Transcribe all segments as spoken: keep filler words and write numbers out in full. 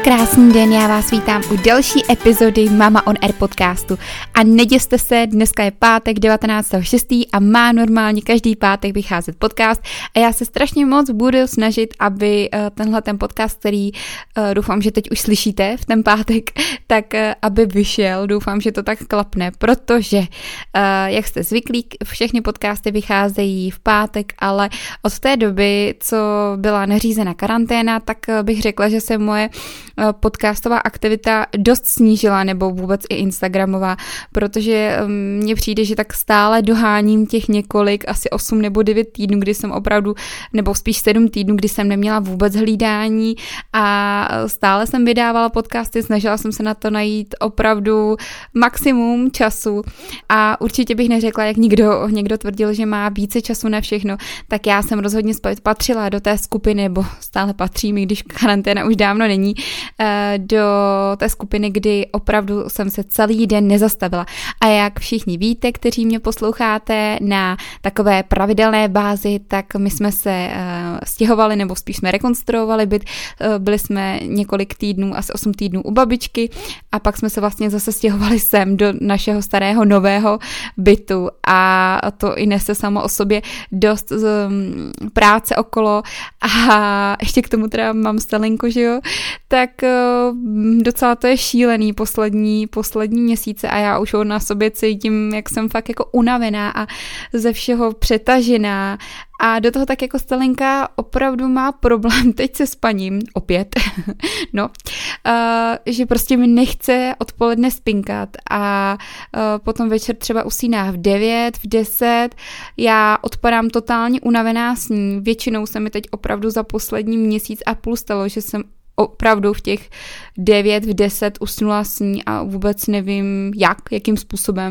Krásný den, já vás vítám u další epizody Mama on Air podcastu. A neděste se, dneska je pátek devatenáctého šestého a má normálně každý pátek vycházet podcast a já se strašně moc budu snažit, aby tenhle ten podcast, který doufám, že teď už slyšíte v ten pátek, tak aby vyšel, doufám, že to tak klapne, protože jak jste zvyklí, všechny podcasty vycházejí v pátek, ale od té doby, co byla nařízena karanténa, tak bych řekla, že se moje podcastová aktivita dost snížila, nebo vůbec i instagramová, protože mně přijde, že tak stále doháním těch několik, asi osm nebo devět týdnů, kdy jsem opravdu, nebo spíš sedm týdnů, kdy jsem neměla vůbec hlídání a stále jsem vydávala podcasty, snažila jsem se na to najít opravdu maximum času a určitě bych neřekla, jak někdo, někdo tvrdil, že má více času na všechno, tak já jsem rozhodně patřila do té skupiny, nebo stále patřím, i když karanténa už dávno není, do té skupiny, kdy opravdu jsem se celý den nezastavila. A jak všichni víte, kteří mě posloucháte na takové pravidelné bázi, tak my jsme se stěhovali, nebo spíš jsme rekonstruovali byt, byli jsme několik týdnů, asi osm týdnů u babičky a pak jsme se vlastně zase stěhovali sem do našeho starého nového bytu a to i nese samo o sobě dost práce okolo a ještě k tomu teda mám Stelinku, že jo, tak docela to je šílený poslední, poslední měsíce a já už na sobě cítím, jak jsem fakt jako unavená a ze všeho přetažená a do toho tak jako Stelinka opravdu má problém teď se spaním, opět, no, uh, že prostě mi nechce odpoledne spinkat a uh, potom večer třeba usíná v devět, v deset, já odpadám totálně unavená s ní, většinou se mi teď opravdu za poslední měsíc a půl stalo, že jsem opravdu v těch devět, v deset usnula s ní a vůbec nevím jak, jakým způsobem,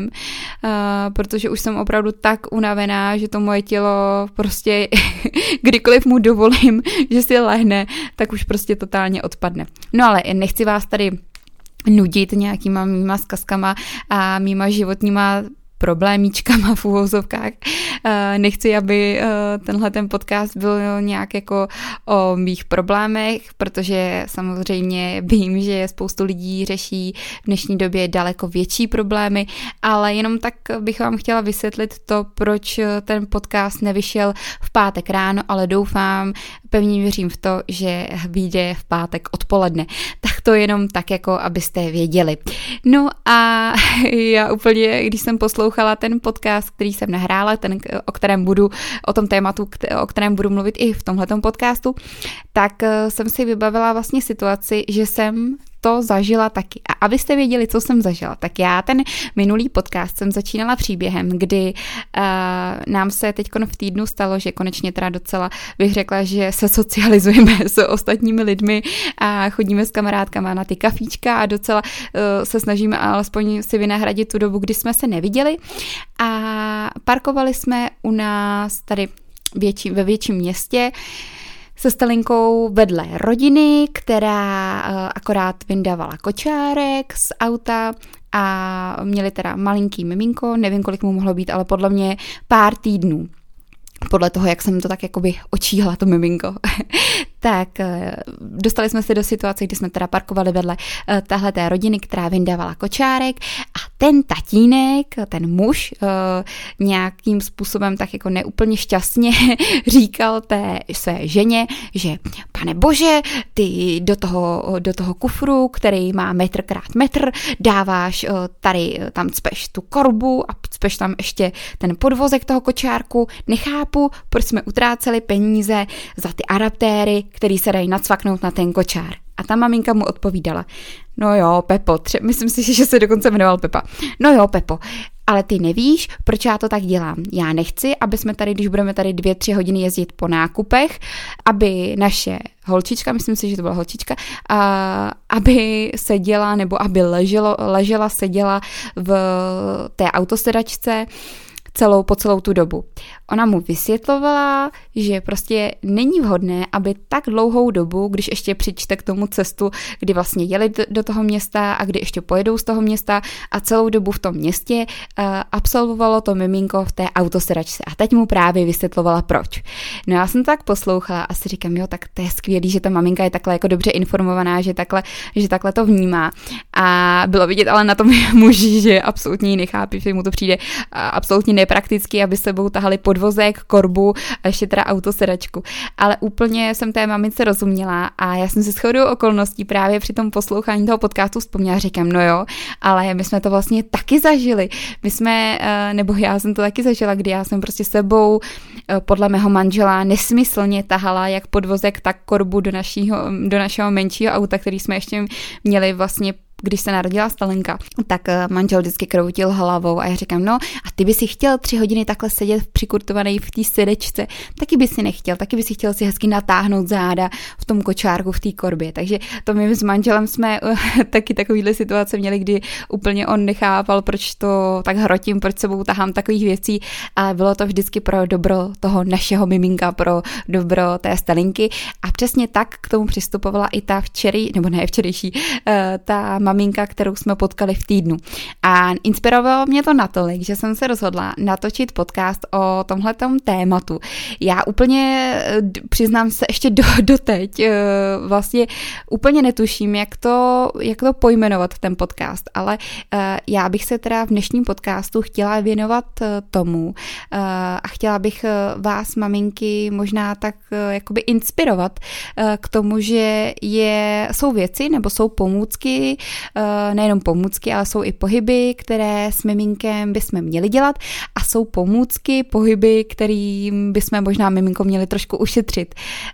uh, protože už jsem opravdu tak unavená, že to moje tělo prostě kdykoliv mu dovolím, že si lehne, tak už prostě totálně odpadne. No ale nechci vás tady nudit nějakýma mýma zkazkama a mýma životníma problémíčkama v uvozovkách. Nechci, aby tenhle ten podcast byl nějak jako o mých problémech, protože samozřejmě vím, že spoustu lidí řeší v dnešní době daleko větší problémy, ale jenom tak bych vám chtěla vysvětlit to, proč ten podcast nevyšel v pátek ráno, ale doufám, pevně věřím v to, že vyjde v pátek odpoledne. Tak to jenom tak, jako abyste věděli. No a já úplně, když jsem poslouchala ten podcast, který jsem nahrála, ten, o kterém budu, o tom tématu, o kterém budu mluvit i v tomhletom podcastu, tak jsem si vybavila vlastně situaci, že jsem to zažila taky. A abyste věděli, co jsem zažila, tak já ten minulý podcast jsem začínala příběhem, kdy uh, nám se teďkon v týdnu stalo, že konečně teda docela bych řekla, že se socializujeme s ostatními lidmi a chodíme s kamarádkama na ty kafíčka a docela uh, se snažíme alespoň si vynahradit tu dobu, kdy jsme se neviděli a parkovali jsme u nás tady větší, ve větším městě se Stelinkou vedle rodiny, která akorát vyndávala kočárek z auta a měli teda malinký miminko, nevím, kolik mu mohlo být, ale podle mě pár týdnů. Podle toho, jak jsem to tak jakoby očíhla, to miminko. Tak dostali jsme se do situace, kdy jsme teda parkovali vedle téhleté rodiny, která vyndávala kočárek a ten tatínek, ten muž nějakým způsobem tak jako neúplně šťastně říkal té své ženě, že pane bože, ty do toho, do toho kufru, který má metr krát metr, dáváš tady, tam cpeš tu korbu a cpeš tam ještě ten podvozek toho kočárku, nechápu, proč jsme utráceli peníze za ty adaptéry, který se dají nacvaknout na ten kočár. A ta maminka mu odpovídala, no jo, Pepo, tře- myslím si, že se dokonce jmenoval Pepa, no jo, Pepo, ale ty nevíš, proč já to tak dělám. Já nechci, aby jsme tady, když budeme tady dvě, tři hodiny jezdit po nákupech, aby naše holčička, myslím si, že to byla holčička, a, aby seděla nebo aby leželo, ležela, seděla v té autosedačce celou, po celou tu dobu. Ona mu vysvětlovala, že prostě není vhodné, aby tak dlouhou dobu, když ještě přičte k tomu cestu, kdy vlastně jeli do toho města a kdy ještě pojedou z toho města a celou dobu v tom městě uh, absolvovalo to miminko v té autosedačce. A teď mu právě vysvětlovala proč. No já jsem to tak poslouchala a si říkám, jo, tak to je skvělý, že ta maminka je takhle jako dobře informovaná, že takhle, že takhle to vnímá. A bylo vidět ale na tom muži, že absolutně ji nechápí, že mu to přijde absolutně neprakticky, aby sebou tahali podvozek, korbu a ještě teda autosedačku. Ale úplně jsem té mamince rozuměla a já jsem si shodou okolností právě při tom poslouchání toho podcastu vzpomněla, říkám, no jo, ale my jsme to vlastně taky zažili. My jsme, nebo já jsem to taky zažila, kdy já jsem prostě sebou podle mého manžela nesmyslně tahala jak podvozek, tak korbu do našího, do našeho menšího auta, který jsme ještě měli vlastně, když se narodila Stalenka, tak manžel vždycky kroutil hlavou a já říkám, no a ty by si chtěl tři hodiny takhle sedět přikurtovaný v té sedečce, taky by si nechtěl, taky by si chtěl si hezky natáhnout záda v tom kočárku, v té korbě. Takže to my s manželem jsme taky takovýhle situace měli, kdy úplně on nechápal, proč to tak hrotím, proč sebou tahám takových věcí, ale bylo to vždycky pro dobro toho našeho miminka, pro dobro té Stalinky a přesně tak k tomu přistupovala i ta včerý, nebo ne včerejší, ta maminka, kterou jsme potkali v týdnu. A inspirovalo mě to natolik, že jsem se rozhodla natočit podcast o tomhletom tématu. Já úplně, přiznám se ještě do, doteď, vlastně úplně netuším, jak to, jak to pojmenovat ten podcast, ale já bych se teda v dnešním podcastu chtěla věnovat tomu a chtěla bych vás, maminky, možná tak jakoby inspirovat k tomu, že je, jsou věci nebo jsou pomůcky, nejenom pomůcky, ale jsou i pohyby, které s miminkem bychom měli dělat a jsou pomůcky, pohyby, kterým bychom možná miminko měli trošku ušetřit.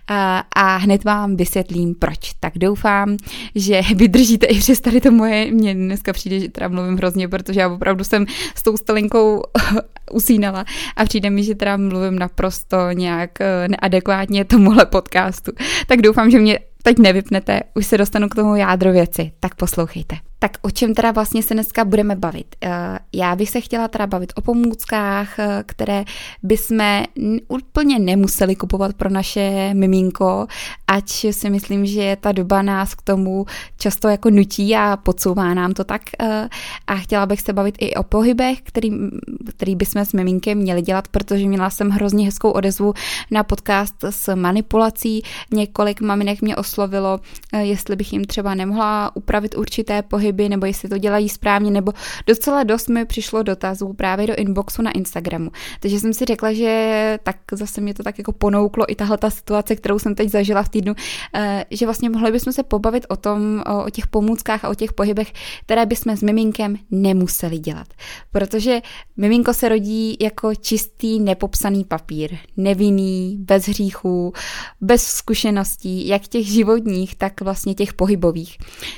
A hned vám vysvětlím, proč. Tak doufám, že vydržíte i přes tady to moje, mně dneska přijde, že teda mluvím hrozně, protože já opravdu jsem s tou Stalinkou usínala a přijde mi, že teda mluvím naprosto nějak neadekvátně tomuhle podcastu. Tak doufám, že mě teď nevypnete, už se dostanu k tomu jádru věci, tak poslouchejte. Tak o čem teda vlastně se dneska budeme bavit? Já bych se chtěla teda bavit o pomůckách, které bychom úplně nemuseli kupovat pro naše miminko, ač si myslím, že ta doba nás k tomu často jako nutí a podsouvá nám to tak. A chtěla bych se bavit i o pohybech, který, který bychom s miminkem měli dělat, protože měla jsem hrozně hezkou odezvu na podcast s manipulací. Několik maminek mě oslovilo, jestli bych jim třeba nemohla upravit určité pohyby, nebo jestli to dělají správně, nebo docela dost mi přišlo dotazů právě do inboxu na Instagramu. Takže jsem si řekla, že tak zase mě to tak jako ponouklo i tahle ta situace, kterou jsem teď zažila v týdnu, že vlastně mohli bychom se pobavit o tom, o těch pomůckách a o těch pohybech, které bychom s miminkem nemuseli dělat. Protože miminko se rodí jako čistý, nepopsaný papír, nevinný, bez hříchů, bez zkušeností, jak těch životních, tak vlastně těch pohybových.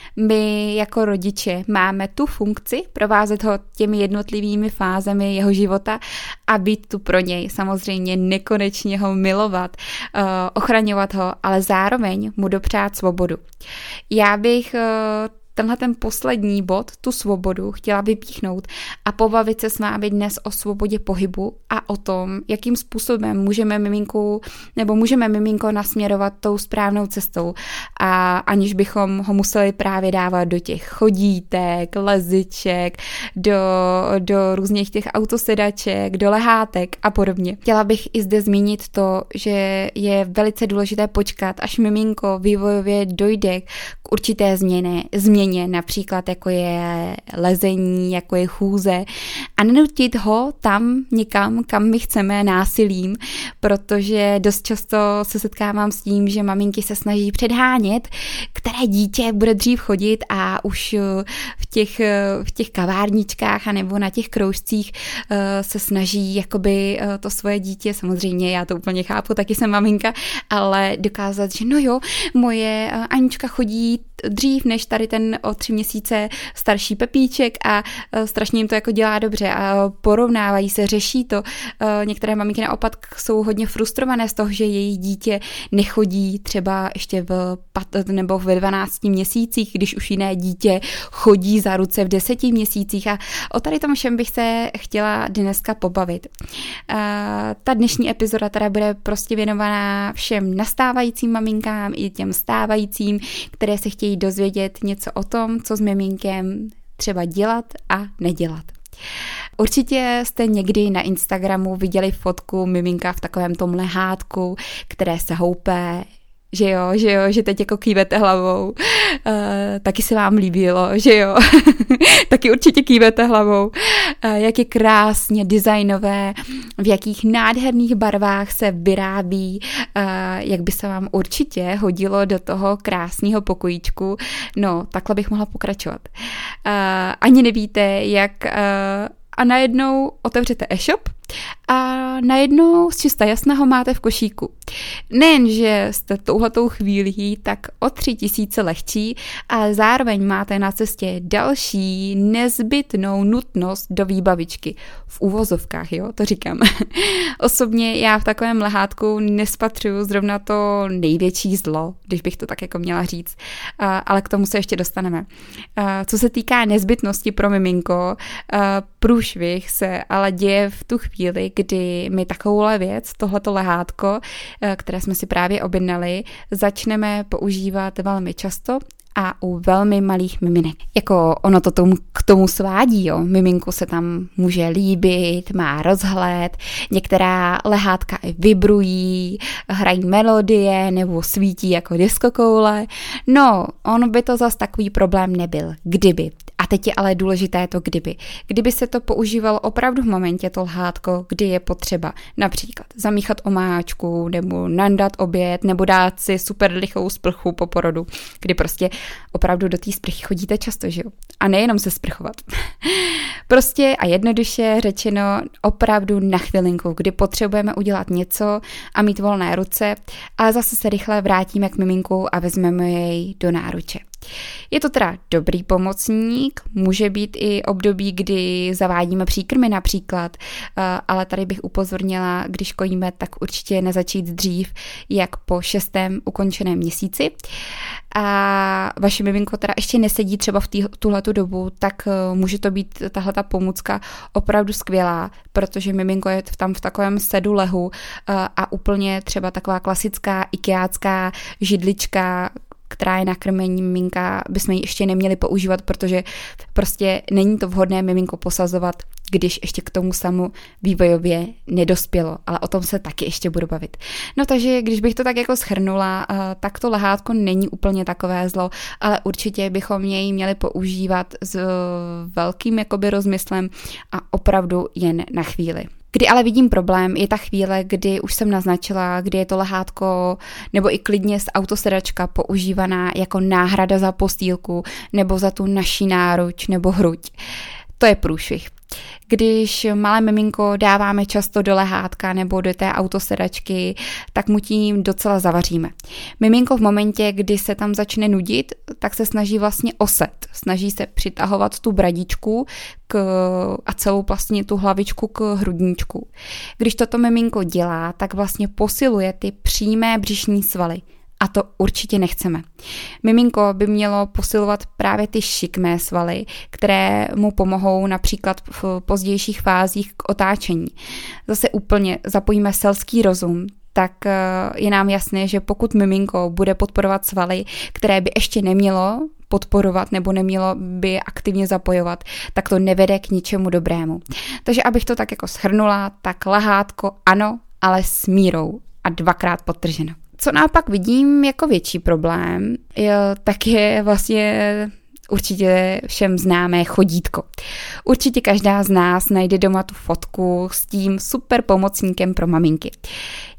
My jako rodiče máme tu funkci provázet ho těmi jednotlivými fázemi jeho života a být tu pro něj, samozřejmě nekonečně ho milovat, ochraňovat ho, ale zároveň mu dopřát svobodu. Já bych tenhle ten poslední bod, tu svobodu, chtěla vypíchnout a pobavit se s vámi dnes o svobodě pohybu a o tom, jakým způsobem můžeme miminku, nebo můžeme miminko nasměrovat tou správnou cestou, a aniž bychom ho museli právě dávat do těch chodítek, leziček, do, do různých těch autosedaček, do lehátek a podobně. Chtěla bych i zde zmínit to, že je velice důležité počkat, až miminko vývojově dojde k určité změně, změně například jako je lezení, jako je chůze a nenutit ho tam někam, kam my chceme násilím, protože dost často se setkávám s tím, že maminky se snaží předhánět, které dítě bude dřív chodit a už v těch, v těch kavárničkách a nebo na těch kroužcích se snaží jakoby to svoje dítě, samozřejmě já to úplně chápu, taky jsem maminka, ale dokázat, že no jo, moje Anička chodí dřív než tady ten o tři měsíce starší Pepíček a strašně jim to jako dělá dobře a porovnávají se, řeší to. Některé maminky naopak jsou hodně frustrované z toho, že jejich dítě nechodí třeba ještě v pat, nebo ve dvanácti měsících, když už jiné dítě chodí za ruce v deseti měsících a o tady tom všem bych se chtěla dneska pobavit. Ta dnešní epizoda teda bude prostě věnovaná všem nastávajícím maminkám i těm stávajícím, které se chtějí dozvědět něco o tom, co s miminkem třeba dělat a nedělat. Určitě jste někdy na Instagramu viděli fotku miminka v takovém tom lehátku, které se houpe, že jo, že jo, že teď jako kývete hlavou. Uh, taky se vám líbilo, že jo. Taky určitě kývete hlavou. Uh, jak je krásně designové, v jakých nádherných barvách se vyrábí, uh, jak by se vám určitě hodilo do toho krásného pokojíčku. No, takhle bych mohla pokračovat. Uh, ani nevíte, jak... Uh, a najednou otevřete e-shop a najednou z čista jasného máte v košíku. Nejen, že jste touhletou chvílí tak o tři tisíce lehčí, ale zároveň máte na cestě další nezbytnou nutnost do výbavičky. V uvozovkách, jo, to říkám. Osobně já v takovém lehátku nespatřuju zrovna to největší zlo, když bych to tak jako měla říct, ale k tomu se ještě dostaneme. Co se týká nezbytnosti pro miminko, průšvih se ale děje v tu chvíli, kdy my takovouhle věc, tohleto lehátko, které jsme si právě objednali, začneme používat velmi často a u velmi malých miminek. Jako ono to tomu, k tomu svádí, jo. Miminku se tam může líbit, má rozhled, některá lehátka i vibrují, hrají melodie nebo svítí jako diskokoule. No, on by to zas takový problém nebyl, kdyby. A teď je ale důležité to kdyby. Kdyby se to používalo opravdu v momentě to lhátko, kdy je potřeba například zamíchat omáčku, nebo nandat oběd, nebo dát si super rychlou sprchu po porodu, kdy prostě opravdu do té sprchy chodíte často, že jo? A nejenom se sprchovat. Prostě a jednoduše řečeno opravdu na chvilinku, kdy potřebujeme udělat něco a mít volné ruce, ale zase se rychle vrátíme k miminku a vezmeme jej do náruče. Je to teda dobrý pomocník, může být i období, kdy zavádíme příkrmy například, ale tady bych upozornila, když kojíme, tak určitě nezačít dřív, jak po šestém ukončeném měsíci. A vaše miminko teda ještě nesedí třeba v tuhletu dobu, tak může to být tahleta pomůcka opravdu skvělá, protože miminko je tam v takovém sedu lehu a úplně třeba taková klasická ikeácká židlička, která je na krmení miminka, bychom ji ještě neměli používat, protože prostě není to vhodné miminko posazovat, když ještě k tomu samu vývojově nedospělo, ale o tom se taky ještě budu bavit. No takže, když bych to tak jako shrnula, tak to lehátko není úplně takové zlo, ale určitě bychom jej měli používat s velkým jakoby rozmyslem a opravdu jen na chvíli. Kdy ale vidím problém, je ta chvíle, kdy už jsem naznačila, kdy je to lehátko nebo i klidně z autosedačka používaná jako náhrada za postýlku nebo za tu naší náruč nebo hruď. To je průšvih. Když malé miminko dáváme často do lehátka nebo do té autosedačky, tak mu tím docela zavaříme. Miminko v momentě, kdy se tam začne nudit, tak se snaží vlastně oset. Snaží se přitahovat tu bradičku k, a celou vlastně tu hlavičku k hrudníčku. Když toto miminko dělá, tak vlastně posiluje ty přímé břišní svaly. A to určitě nechceme. Miminko by mělo posilovat právě ty šikmé svaly, které mu pomohou například v pozdějších fázích k otáčení. Zase úplně zapojíme selský rozum, tak je nám jasné, že pokud miminko bude podporovat svaly, které by ještě nemělo podporovat nebo nemělo by je aktivně zapojovat, tak to nevede k ničemu dobrému. Takže abych to tak jako shrnula, tak lehátko ano, ale s mírou a dvakrát podtrženo. Co naopak vidím jako větší problém, je, tak je vlastně určitě všem známé chodítko. Určitě každá z nás najde doma tu fotku s tím super pomocníkem pro maminky.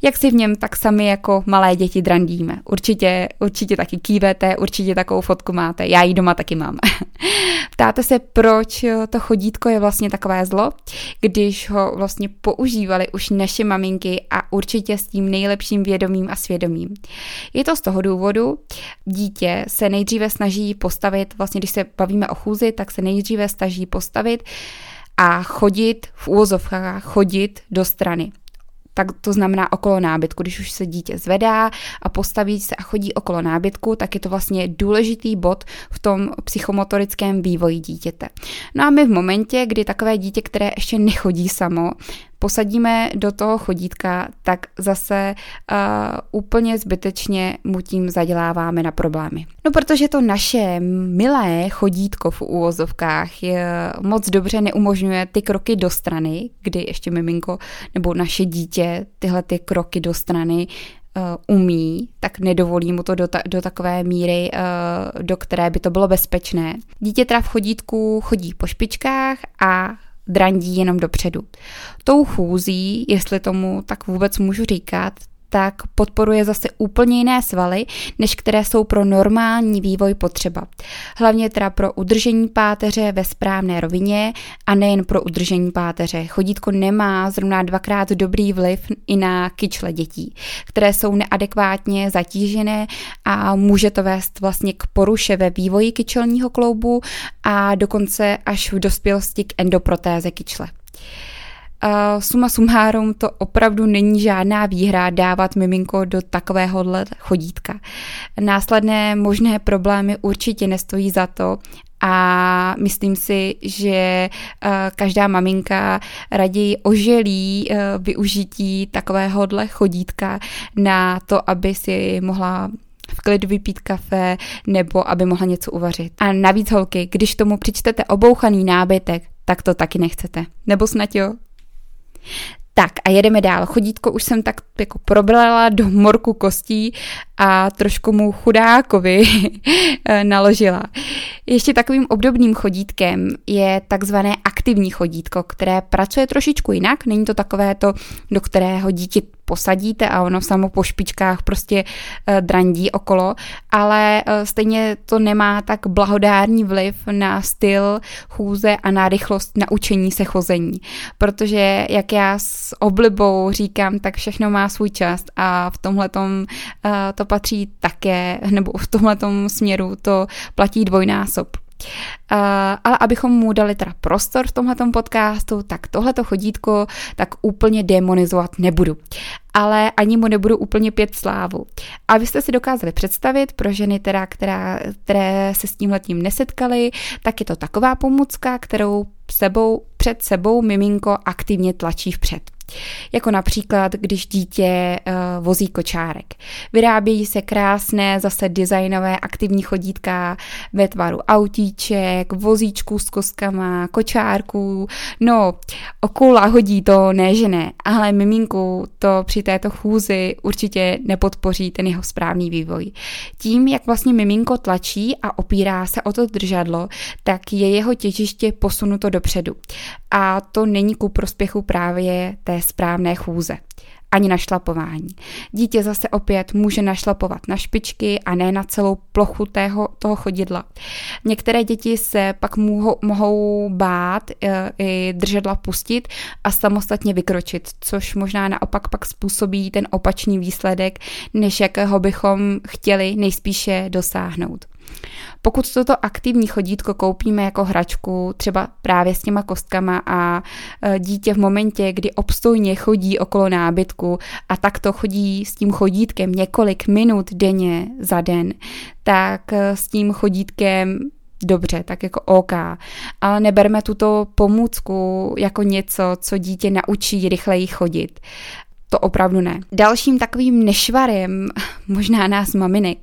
Jak si v něm tak sami jako malé děti drandíme. Určitě, určitě taky kývete, určitě takovou fotku máte, já ji doma taky mám. Ptáte se, proč to chodítko je vlastně takové zlo, když ho vlastně používali už naše maminky a určitě s tím nejlepším vědomím a svědomím. Je to z toho důvodu, dítě se nejdříve snaží postavit, vlastně když se bavíme o chůzi, tak se nejdříve snaží postavit a chodit, v úvozovkách chodit do strany. Tak to znamená okolo nábytku. Když už se dítě zvedá a postaví se a chodí okolo nábytku, tak je to vlastně důležitý bod v tom psychomotorickém vývoji dítěte. No a my v momentě, kdy takové dítě, které ještě nechodí samo, posadíme do toho chodítka, tak zase uh, úplně zbytečně mu tím zaděláváme na problémy. No protože to naše milé chodítko v úvozovkách je, moc dobře neumožňuje ty kroky do strany, kdy ještě miminko nebo naše dítě tyhle ty kroky do strany uh, umí, tak nedovolí mu to do, ta, do takové míry, uh, do které by to bylo bezpečné. Dítě teda v chodítku chodí po špičkách a drandí jenom dopředu. Tou chůzí, jestli tomu tak vůbec můžu říkat, tak podporuje zase úplně jiné svaly, než které jsou pro normální vývoj potřeba. Hlavně teda pro udržení páteře ve správné rovině a nejen pro udržení páteře. Chodítko nemá zrovna dvakrát dobrý vliv i na kyčle dětí, které jsou neadekvátně zatížené a může to vést vlastně k poruše ve vývoji kyčelního kloubu a dokonce až v dospělosti k endoprotéze kyčle. Uh, suma sumárum, to opravdu není žádná výhra dávat miminko do takovéhohle chodítka. Následné možné problémy určitě nestojí za to a myslím si, že uh, každá maminka raději oželí uh, využití takovéhohle chodítka na to, aby si mohla v klidu vypít kafe nebo aby mohla něco uvařit. A navíc holky, když tomu přičtete obouchaný nábytek, tak to taky nechcete. Nebo snad jo? Tak a jedeme dál. Chodítko už jsem tak jako probrala do morku kostí a trošku mu chudákovi naložila. Ještě takovým obdobným chodítkem je takzvané aktivní chodítko, které pracuje trošičku jinak. Není to takové to, do kterého dítě posadíte a ono samo po špičkách prostě uh, drandí okolo, ale uh, stejně to nemá tak blahodárný vliv na styl chůze a na rychlost naučení se chození. Protože, jak já s oblibou říkám, tak všechno má svůj čas a v tomhletom uh, to patří také, nebo v tomhletom směru to platí dvojnásob. Uh, ale abychom mu dali teda prostor v tomhletom podcastu, tak tohleto chodítko tak úplně demonizovat nebudu. Ale ani mu nebudu úplně pět slávu. Abyste si dokázali představit, pro ženy, teda, která, které se s tímhletím nesetkaly, tak je to taková pomůcka, kterou sebou, před sebou miminko aktivně tlačí vpřed. Jako například, když dítě uh, vozí kočárek. Vyrábějí se krásné zase designové aktivní chodítka ve tvaru autíček, vozíčků s koskama, kočárků. No, okula hodí to ne, že ne, ale miminku to při této chůzi určitě nepodpoří ten jeho správný vývoj. Tím, jak vlastně miminko tlačí a opírá se o to držadlo, tak je jeho těžiště posunuto dopředu. A to není ku prospěchu právě té správné chůze. Ani našlapování. Dítě zase opět může našlapovat na špičky a ne na celou plochu tého, toho chodidla. Některé děti se pak mohou, mohou bát e, i držadla pustit a samostatně vykročit, což možná naopak pak způsobí ten opačný výsledek, než jakého bychom chtěli nejspíše dosáhnout. Pokud toto aktivní chodítko koupíme jako hračku, třeba právě s těma kostkama a dítě v momentě, kdy obstojně chodí okolo nábytku a takto chodí s tím chodítkem několik minut denně za den, tak s tím chodítkem dobře, tak jako OK, ale neberme tuto pomůcku jako něco, co dítě naučí rychleji chodit. To opravdu ne. Dalším takovým nešvarem, možná nás maminek,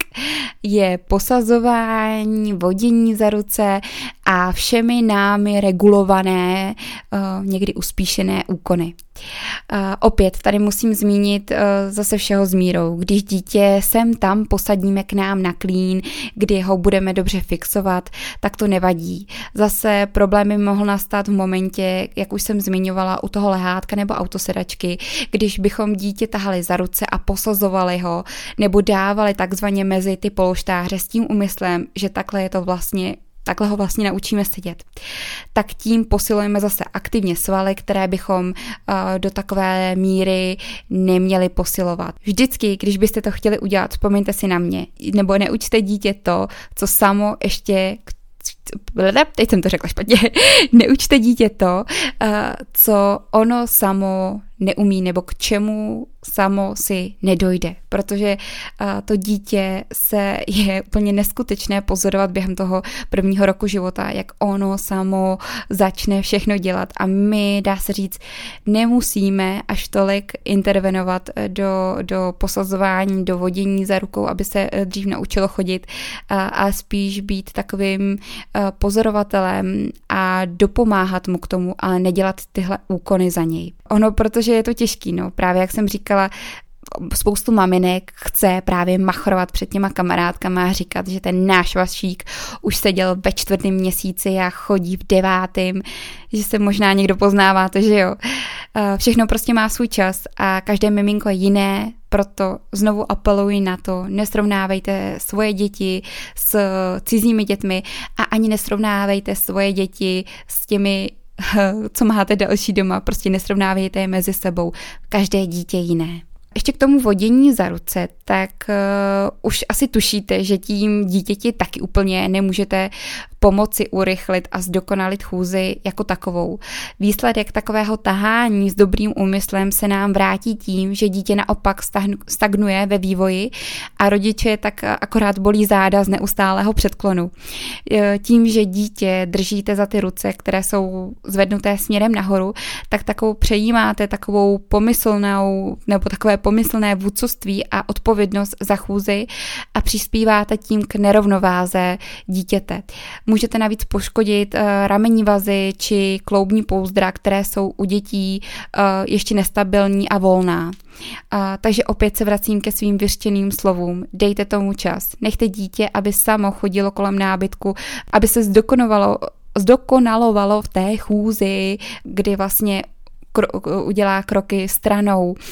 je posazování, vodění za ruce a všemi námi regulované, uh, někdy uspíšené úkony. Uh, opět tady musím zmínit uh, zase všeho s mírou. Když dítě sem tam posadíme k nám na klín, kdy ho budeme dobře fixovat, tak to nevadí. Zase problémy mohl nastat v momentě, jak už jsem zmiňovala, u toho lehátka nebo autosedačky, když bychom dítě tahali za ruce a posazovali ho, nebo dávali takzvaně mezi ty polštáře s tím úmyslem, že takhle je to vlastně Takhle ho vlastně naučíme sedět. Tak tím posilujeme zase aktivně svaly, které bychom uh, do takové míry neměli posilovat. Vždycky, když byste to chtěli udělat, vzpomeňte si na mě, nebo neučte dítě to, co samo ještě teď jsem to řekla špatně, neučte dítě to, uh, co ono samo neumí, nebo k čemu samo si nedojde, protože uh, to dítě se je úplně neskutečné pozorovat během toho prvního roku života, jak ono samo začne všechno dělat a my, dá se říct, nemusíme až tolik intervenovat do, do posazování, do vodění za rukou, aby se dřív naučilo chodit, uh, a spíš být takovým uh, pozorovatelem a dopomáhat mu k tomu, ale nedělat tyhle úkony za něj. Ono, protože je to těžký, no, právě jak jsem říkala, spoustu maminek chce právě machrovat před těma kamarádkama a říkat, že ten náš Vašík už seděl ve čtvrtém měsíci a chodí v devátém, že se možná někdo poznáváte, že jo. Všechno prostě má svůj čas a každé miminko je jiné, proto znovu apeluji na to, nesrovnávejte svoje děti s cizími dětmi a ani nesrovnávejte svoje děti s těmi, co máte další doma, prostě nesrovnávejte je mezi sebou, každé dítě jiné. Ještě k tomu vodění za ruce, tak uh, už asi tušíte, že tím dítěti taky úplně nemůžete pomoci urychlit a zdokonalit chůzi jako takovou. Výsledek takového tahání s dobrým úmyslem se nám vrátí tím, že dítě naopak stagnuje ve vývoji a rodiče tak akorát bolí záda z neustálého předklonu. Tím, že dítě držíte za ty ruce, které jsou zvednuté směrem nahoru, tak takovou přejímáte takovou pomyslnou nebo takové pomyslné vůdcovství a odpovědnost za chůzi a přispíváte tím k nerovnováze dítěte. Můžete navíc poškodit uh, ramenní vazy či kloubní pouzdra, které jsou u dětí uh, ještě nestabilní a volná. Uh, takže opět se vracím ke svým vyřčeným slovům. Dejte tomu čas. Nechte dítě, aby samo chodilo kolem nábytku, aby se zdokonalovalo, zdokonalovalo v té chůzi, kdy vlastně kro- udělá kroky stranou. Uh,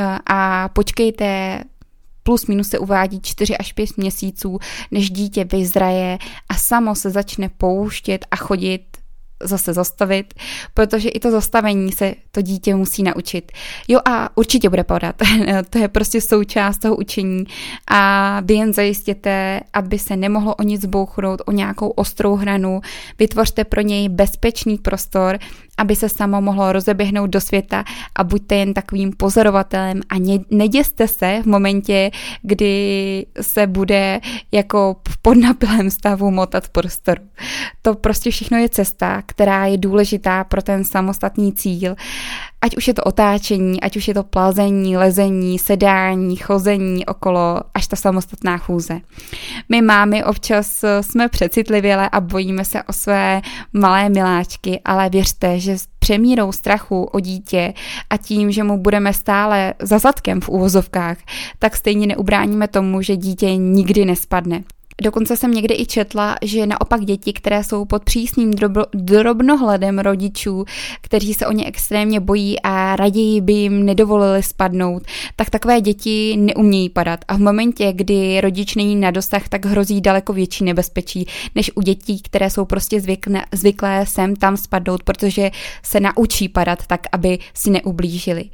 a počkejte, plus minus se uvádí čtyři až pět měsíců, než dítě vyzraje a samo se začne pouštět a chodit, zase zastavit, protože i to zastavení se to dítě musí naučit. Jo a určitě bude padat, to je prostě součást toho učení a vy jen zajistěte, aby se nemohlo o nic bouchnout, o nějakou ostrou hranu, vytvořte pro něj bezpečný prostor, aby se samo mohlo rozeběhnout do světa a buďte jen takovým pozorovatelem a neděste se v momentě, kdy se bude jako v podnapilém stavu motat v prostoru. To prostě všechno je cesta, která je důležitá pro ten samostatný cíl. Ať už je to otáčení, ať už je to plazení, lezení, sedání, chození okolo, až ta samostatná chůze. My mámy občas jsme přecitlivělé a bojíme se o své malé miláčky, ale věřte, že s přemírou strachu o dítě a tím, že mu budeme stále za zadkem v uvozovkách, tak stejně neubráníme tomu, že dítě nikdy nespadne. Dokonce jsem někdy i četla, že naopak děti, které jsou pod přísným drobo, drobnohledem rodičů, kteří se o ně extrémně bojí a raději by jim nedovolili spadnout, tak takové děti neumějí padat. A v momentě, kdy rodič není na dosah, tak hrozí daleko větší nebezpečí, než u dětí, které jsou prostě zvykne, zvyklé sem tam spadnout, protože se naučí padat tak, aby si neublížili.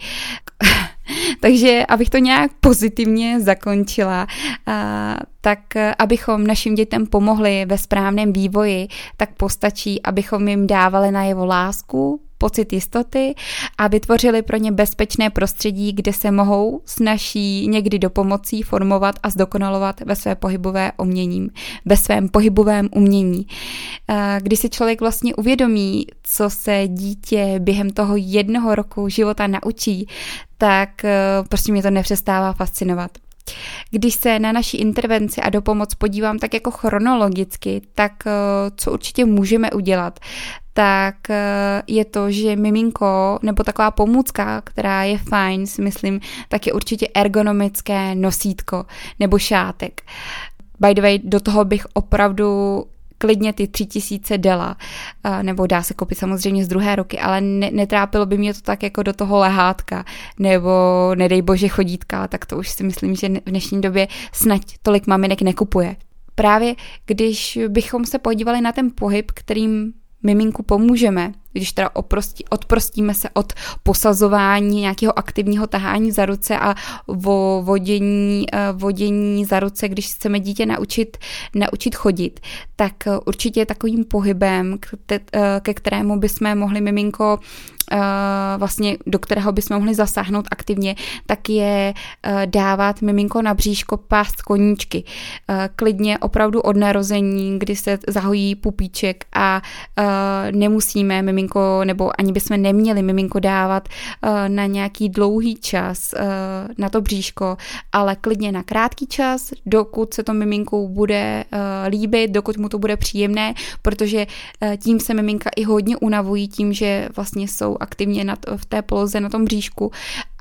Takže abych to nějak pozitivně zakončila, tak abychom našim dětem pomohli ve správném vývoji, tak postačí, abychom jim dávali najevo lásku, pocit jistoty a vytvořili pro ně bezpečné prostředí, kde se mohou s naší někdy dopomocí formovat a zdokonalovat ve své pohybové umění, ve svém pohybovém umění. Když si člověk vlastně uvědomí, co se dítě během toho jednoho roku života naučí, tak prostě mě to nepřestává fascinovat. Když se na naši intervenci a dopomoc podívám tak jako chronologicky, tak co určitě můžeme udělat, tak je to, že miminko, nebo taková pomůcka, která je fajn, si myslím, tak je určitě ergonomické nosítko nebo šátek. By the way, do toho bych opravdu klidně ty tři tisíce dala, nebo dá se koupit samozřejmě z druhé ruky, ale ne, netrápilo by mě to tak jako do toho lehátka, nebo nedej bože chodítka, tak to už si myslím, že v dnešní době snad tolik maminek nekupuje. Právě když bychom se podívali na ten pohyb, kterým miminku pomůžeme, když teda oprostí, odprostíme se od posazování nějakého aktivního tahání za ruce a vo vodění, vodění za ruce, když chceme dítě naučit, naučit chodit, tak určitě takovým pohybem, ke kterému bychom mohli miminko vlastně, do kterého bychom mohli zasáhnout aktivně, tak je dávat miminko na bříško pást koníčky. Klidně opravdu od narození, kdy se zahojí pupíček a nemusíme miminko, nebo ani bychom neměli miminko dávat na nějaký dlouhý čas na to bříško, ale klidně na krátký čas, dokud se to miminku bude líbit, dokud mu to bude příjemné, protože tím se miminka i hodně unavují tím, že vlastně jsou aktivně na to, v té poloze na tom bříšku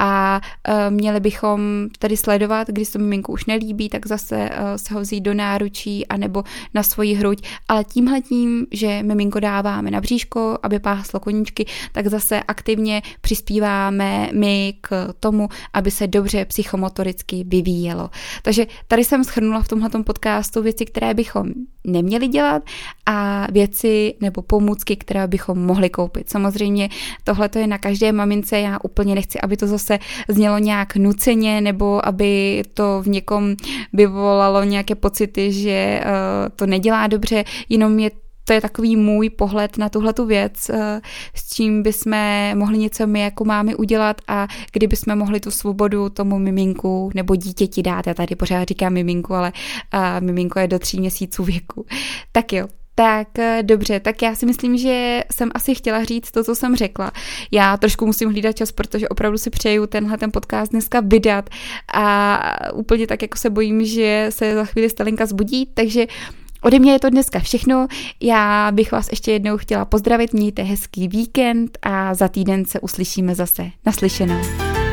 a uh, měli bychom tady sledovat, když se miminku už nelíbí, tak zase uh, se ho vzít do náručí anebo na svoji hruď, ale tímhletím, že miminko dáváme na bříško, aby páslo koníčky, tak zase aktivně přispíváme my k tomu, aby se dobře psychomotoricky vyvíjelo. Takže tady jsem shrnula v tomhletom podcastu věci, které bychom neměli dělat a věci nebo pomůcky, které bychom mohli koupit. Samozřejmě tohle to je na každé mamince, já úplně nechci, aby to zase znělo nějak nuceně nebo aby to v někom vyvolalo nějaké pocity, že uh, to nedělá dobře, jenom je to je takový můj pohled na tuhletu věc, s čím bychom mohli něco my jako mámy udělat a kdybychom mohli tu svobodu tomu miminku nebo dítěti dát. Já tady pořád říkám miminku, ale a miminko je do tří měsíců věku. Tak jo. Tak dobře, tak já si myslím, že jsem asi chtěla říct to, co jsem řekla. Já trošku musím hlídat čas, protože opravdu si přeju tenhle ten podcast dneska vydat a úplně tak jako se bojím, že se za chvíli Stalinka zbudí, takže ode mě je to dneska všechno, já bych vás ještě jednou chtěla pozdravit, mějte hezký víkend a za týden se uslyšíme zase. Naslyšenou.